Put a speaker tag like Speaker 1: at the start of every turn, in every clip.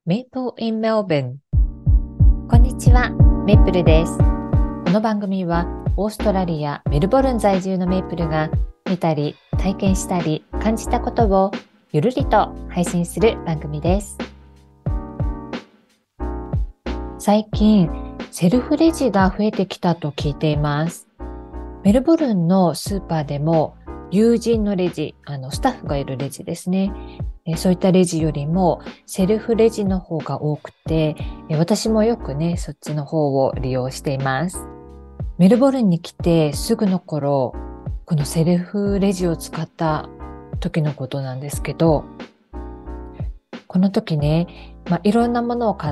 Speaker 1: Maple in Melbourne。こんにちは、メープルです。この番組はオーストラリア・メルボルン在住のメープルが見たり体験したり感じたことをゆるりと配信する番組です。最近セルフレジが増えてきたと聞いています。メルボルンのスーパーでも友人のレジ、スタッフがいるレジですね。そういったレジよりもセルフレジの方が多くて、私もよくね、そっちの方を利用しています。メルボルンに来てすぐの頃、このセルフレジを使った時のことなんですけど、この時ね、いろんなものを買って、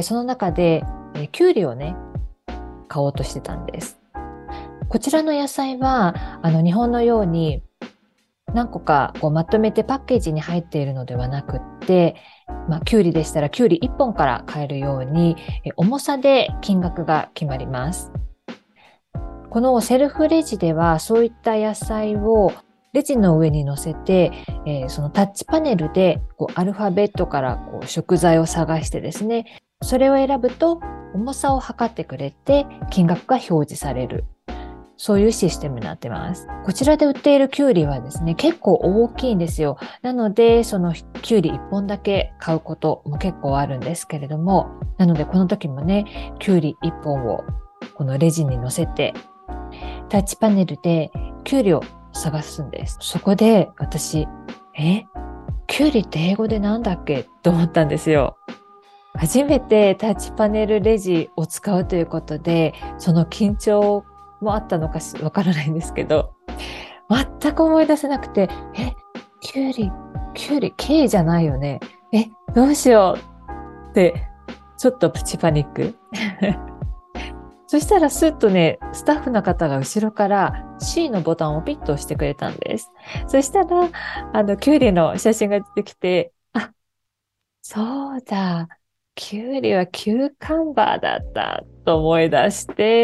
Speaker 1: その中でキュウリをね、買おうとしてたんです。こちらの野菜は日本のように何個かまとめてパッケージに入っているのではなくって、キュウリでしたらキュウリ1本から買えるように重さで金額が決まります。このセルフレジではそういった野菜をレジの上に乗せて、そのタッチパネルでアルファベットから食材を探してですね、それを選ぶと重さを測ってくれて金額が表示される。そういうシステムになってます。こちらで売っているキュウリはですね、結構大きいんですよ。なので、そのキュウリ1本だけ買うことも結構あるんですけれども、なのでこの時もね、キュウリ1本をこのレジに乗せて、タッチパネルでキュウリを探すんです。そこで私、キュウリって英語でなんだっけと思ったんですよ。初めてタッチパネルレジを使うということで、その緊張もあったのかわからないんですけど、全く思い出せなくて、キュウリ、K じゃないよね。どうしようって、ちょっとプチパニック。そしたらスッとね、スタッフの方が後ろから C のボタンをピッと押してくれたんです。そしたら、キュウリの写真が出てきて、そうだ。キュウリはキューカンバーだったと思い出して、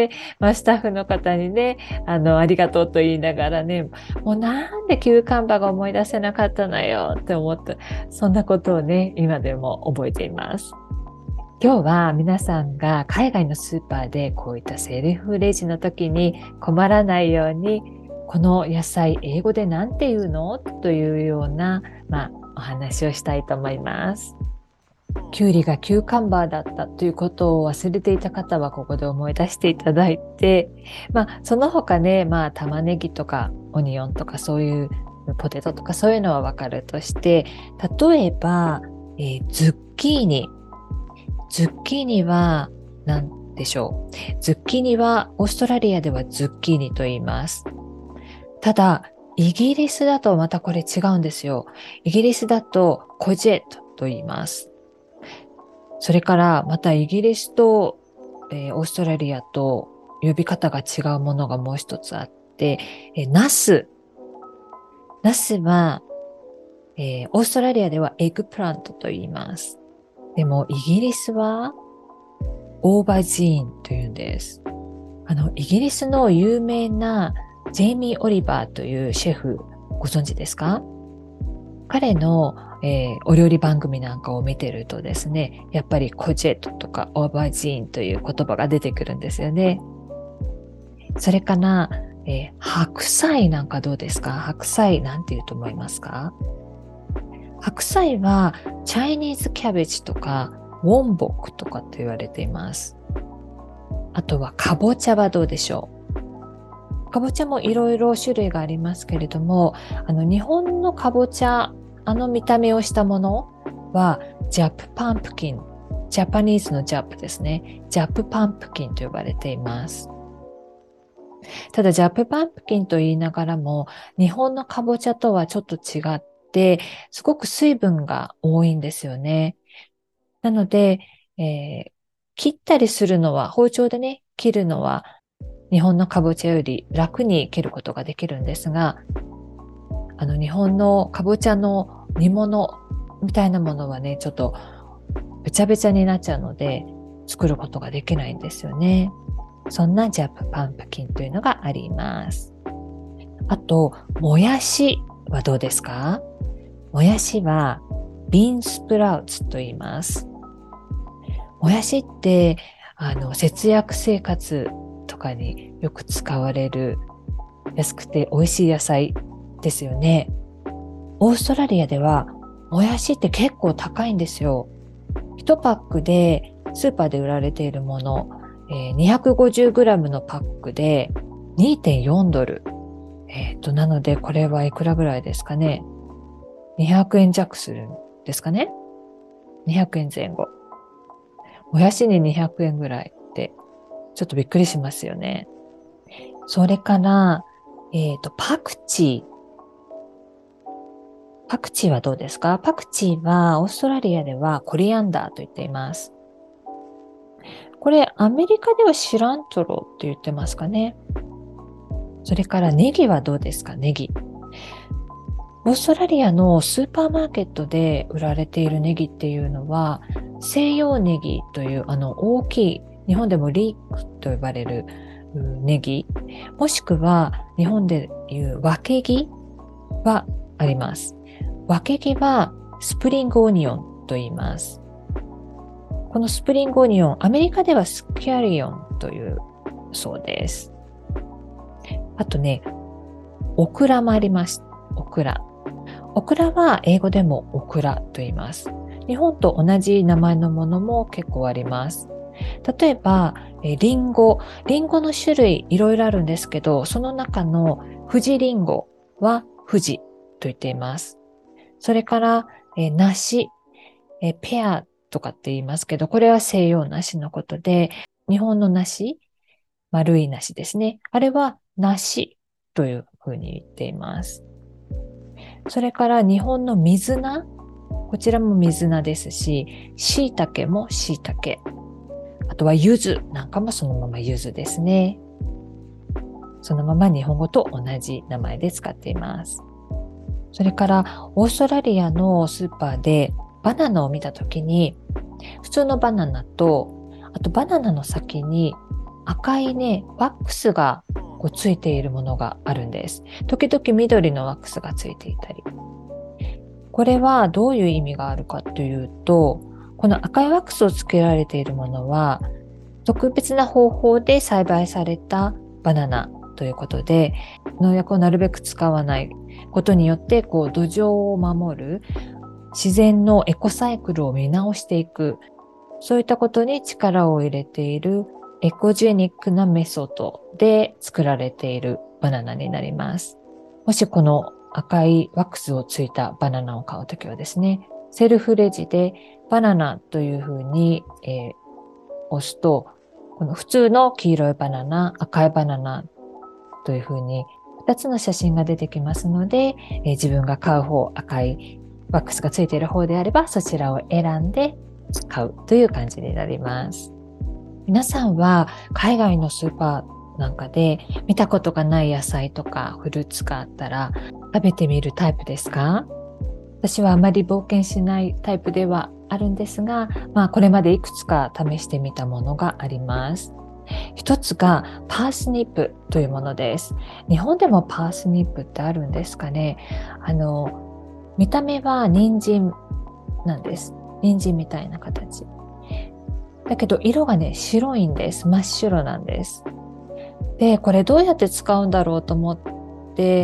Speaker 1: スタッフの方にね、ありがとうと言いながらね、もうなんでキューカンバーが思い出せなかったのよって思った、そんなことをね、今でも覚えています。今日は皆さんが海外のスーパーでこういったセルフレジの時に困らないように、この野菜英語でなんて言うのというような、お話をしたいと思います。キュウリがキューカンバーだったということを忘れていた方はここで思い出していただいて、その他ね、玉ねぎとかオニオンとかそういうポテトとかそういうのはわかるとして、例えば、ズッキーニ。ズッキーニは何でしょう。ズッキーニはオーストラリアではズッキーニと言います。ただ、イギリスだとまたこれ違うんですよ。イギリスだとコジェットと言います。それからまたイギリスと、オーストラリアと呼び方が違うものがもう一つあって、ナス。ナスは、オーストラリアではエッグプラントと言います。でもイギリスはオーバージーンと言うんです。イギリスの有名なジェイミー・オリバーというシェフご存知ですか？彼のお料理番組なんかを見てるとですね、やっぱりコジェットとかオーバージーンという言葉が出てくるんですよね。それから、白菜なんかどうですか？白菜なんて言うと思いますか？白菜はチャイニーズキャベツとかウォンボックとかと言われています。あとはかぼちゃはどうでしょう？かぼちゃもいろいろ種類がありますけれども、日本のかぼちゃ、見た目をしたものはジャップパンプキン、ジャパニーズのジャップですね。ジャップパンプキンと呼ばれています。ただジャップパンプキンと言いながらも、日本のかぼちゃとはちょっと違って、すごく水分が多いんですよね。なので、切ったりするのは、包丁でね、切るのは日本のかぼちゃより楽に切ることができるんですが、日本のかぼちゃの煮物みたいなものはね、ちょっとべちゃべちゃになっちゃうので、作ることができないんですよね。そんなジャップパンプキンというのがあります。あと、もやしはどうですか？もやしはビーンスプラウツと言います。 もやしって、節約生活とかによく使われる安くて美味しい野菜ですよね。オーストラリアではもやしって結構高いんですよ。1パックでスーパーで売られているもの、250g のパックで 2.4 ドル。なのでこれはいくらぐらいですかね。200円弱するんですかね。200円前後。もやしに200円ぐらいってちょっとびっくりしますよね。それから、パクチー。パクチーはどうですか？パクチーはオーストラリアではコリアンダーと言っています。これアメリカではシラントロって言ってますかね。それからネギはどうですか？ネギ。オーストラリアのスーパーマーケットで売られているネギっていうのは西洋ネギという大きい、日本でもリークと呼ばれるネギ、もしくは日本でいう分けギはあります。分けギはスプリングオニオンと言います。このスプリングオニオン、アメリカではスキャリオンというそうです。あとね、オクラもあります。オクラ。オクラは英語でもオクラと言います。日本と同じ名前のものも結構あります。例えば、リンゴ。リンゴの種類いろいろあるんですけど、その中の富士リンゴは富士と言っています。それから、梨、ペアとかって言いますけど、これは西洋梨のことで、日本の梨、丸い梨ですね。あれは梨というふうに言っています。それから日本の水菜、こちらも水菜ですし、椎茸も椎茸。あとは柚子なんかもそのまま柚子ですね。そのまま日本語と同じ名前で使っています。それからオーストラリアのスーパーでバナナを見たときに、普通のバナナと、あとバナナの先に赤いね、ワックスがついているものがあるんです。時々緑のワックスがついていたり。これはどういう意味があるかというと、この赤いワックスをつけられているものは、特別な方法で栽培されたバナナということで、農薬をなるべく使わないことによって、土壌を守る、自然のエコサイクルを見直していく、そういったことに力を入れているエコジェニックなメソッドで作られているバナナになります。もしこの赤いワックスをついたバナナを買うときはですね、セルフレジでバナナというふうに、押すと、この普通の黄色いバナナ、赤いバナナというふうに2つの写真が出てきますので、自分が買う方、赤いワックスがついている方であればそちらを選んで買うという感じになります。皆さんは海外のスーパーなんかで見たことがない野菜とかフルーツがあったら食べてみるタイプですか？私はあまり冒険しないタイプではあるんですが、これまでいくつか試してみたものがあります。一つがパースニップというものです。日本でもパースニップってあるんですかね。見た目は人参なんです。人参みたいな形。だけど色がね、白いんです。真っ白なんです。で、これどうやって使うんだろうと思って、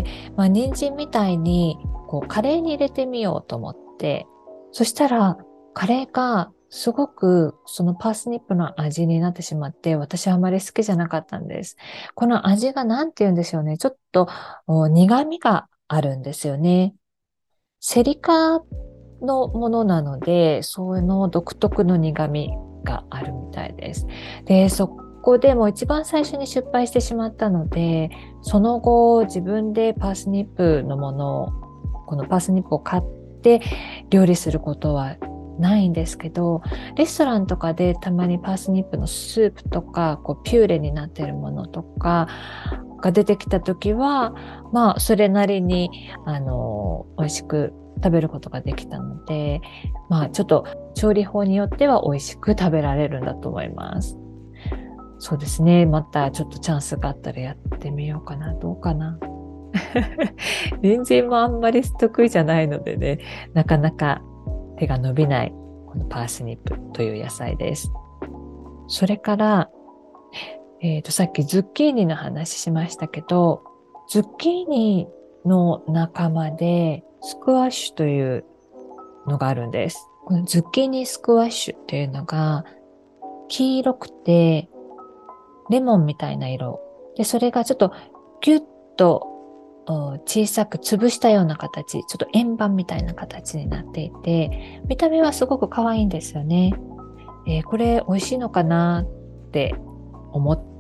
Speaker 1: 人参みたいにカレーに入れてみようと思って、そしたらカレーがすごくそのパースニップの味になってしまって、私はあまり好きじゃなかったんです。この味がなんて言うんでしょうね。ちょっと苦味があるんですよね。セリ科のものなので、その独特の苦味があるみたいです。で、そこでも一番最初に失敗してしまったので、その後自分でパースニップのものを、このパースニップを買って料理することはないんですけど、レストランとかでたまにパースニップのスープとか、ピューレになっているものとかが出てきたときは、それなりに、美味しく食べることができたので、ちょっと調理法によっては美味しく食べられるんだと思います。そうですね。またちょっとチャンスがあったらやってみようかな。どうかな。人参もあんまり得意じゃないのでね、なかなか手が伸びないこのパースニップという野菜です。 それから、さっきズッキーニの話しましたけど、ズッキーニの仲間でスクワッシュというのがあるんです。このズッキーニスクワッシュっていうのが黄色くてレモンみたいな色。で、それがちょっとギュッと小さく潰したような形、ちょっと円盤みたいな形になっていて、見た目はすごく可愛いんですよね。これ美味しいのかなって思って、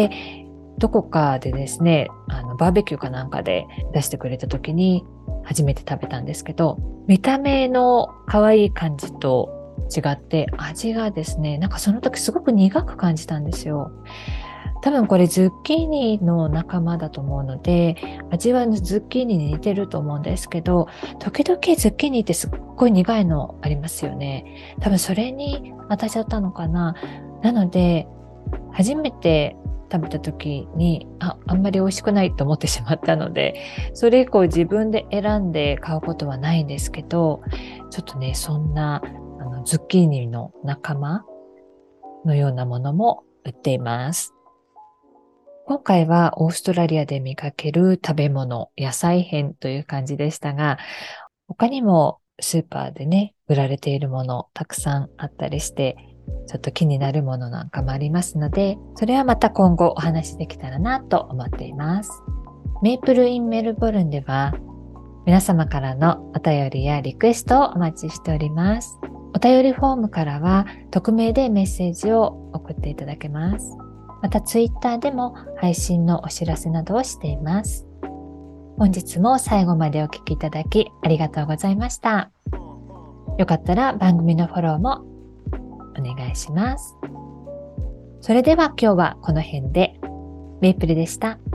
Speaker 1: どこかでですね、バーベキューかなんかで出してくれた時に初めて食べたんですけど、見た目の可愛い感じと違って味がですね、なんかその時すごく苦く感じたんですよ。多分これズッキーニの仲間だと思うので、味はズッキーニに似てると思うんですけど、時々ズッキーニってすっごい苦いのありますよね。多分それに当たっちゃったのかな。なので、初めて食べた時に、あんまり美味しくないと思ってしまったので、それ以降自分で選んで買うことはないんですけど、ちょっとね、そんなズッキーニの仲間のようなものも売っています。今回はオーストラリアで見かける食べ物、野菜編という感じでしたが、他にもスーパーでね、売られているものたくさんあったりして、ちょっと気になるものなんかもありますので、それはまた今後お話できたらなと思っています。メイプルインメルボルンでは、皆様からのお便りやリクエストをお待ちしております。お便りフォームからは匿名でメッセージを送っていただけます。またツイッターでも配信のお知らせなどをしています。本日も最後までお聞きいただきありがとうございました。よかったら番組のフォローもお願いします。それでは今日はこの辺で。メイプルでした。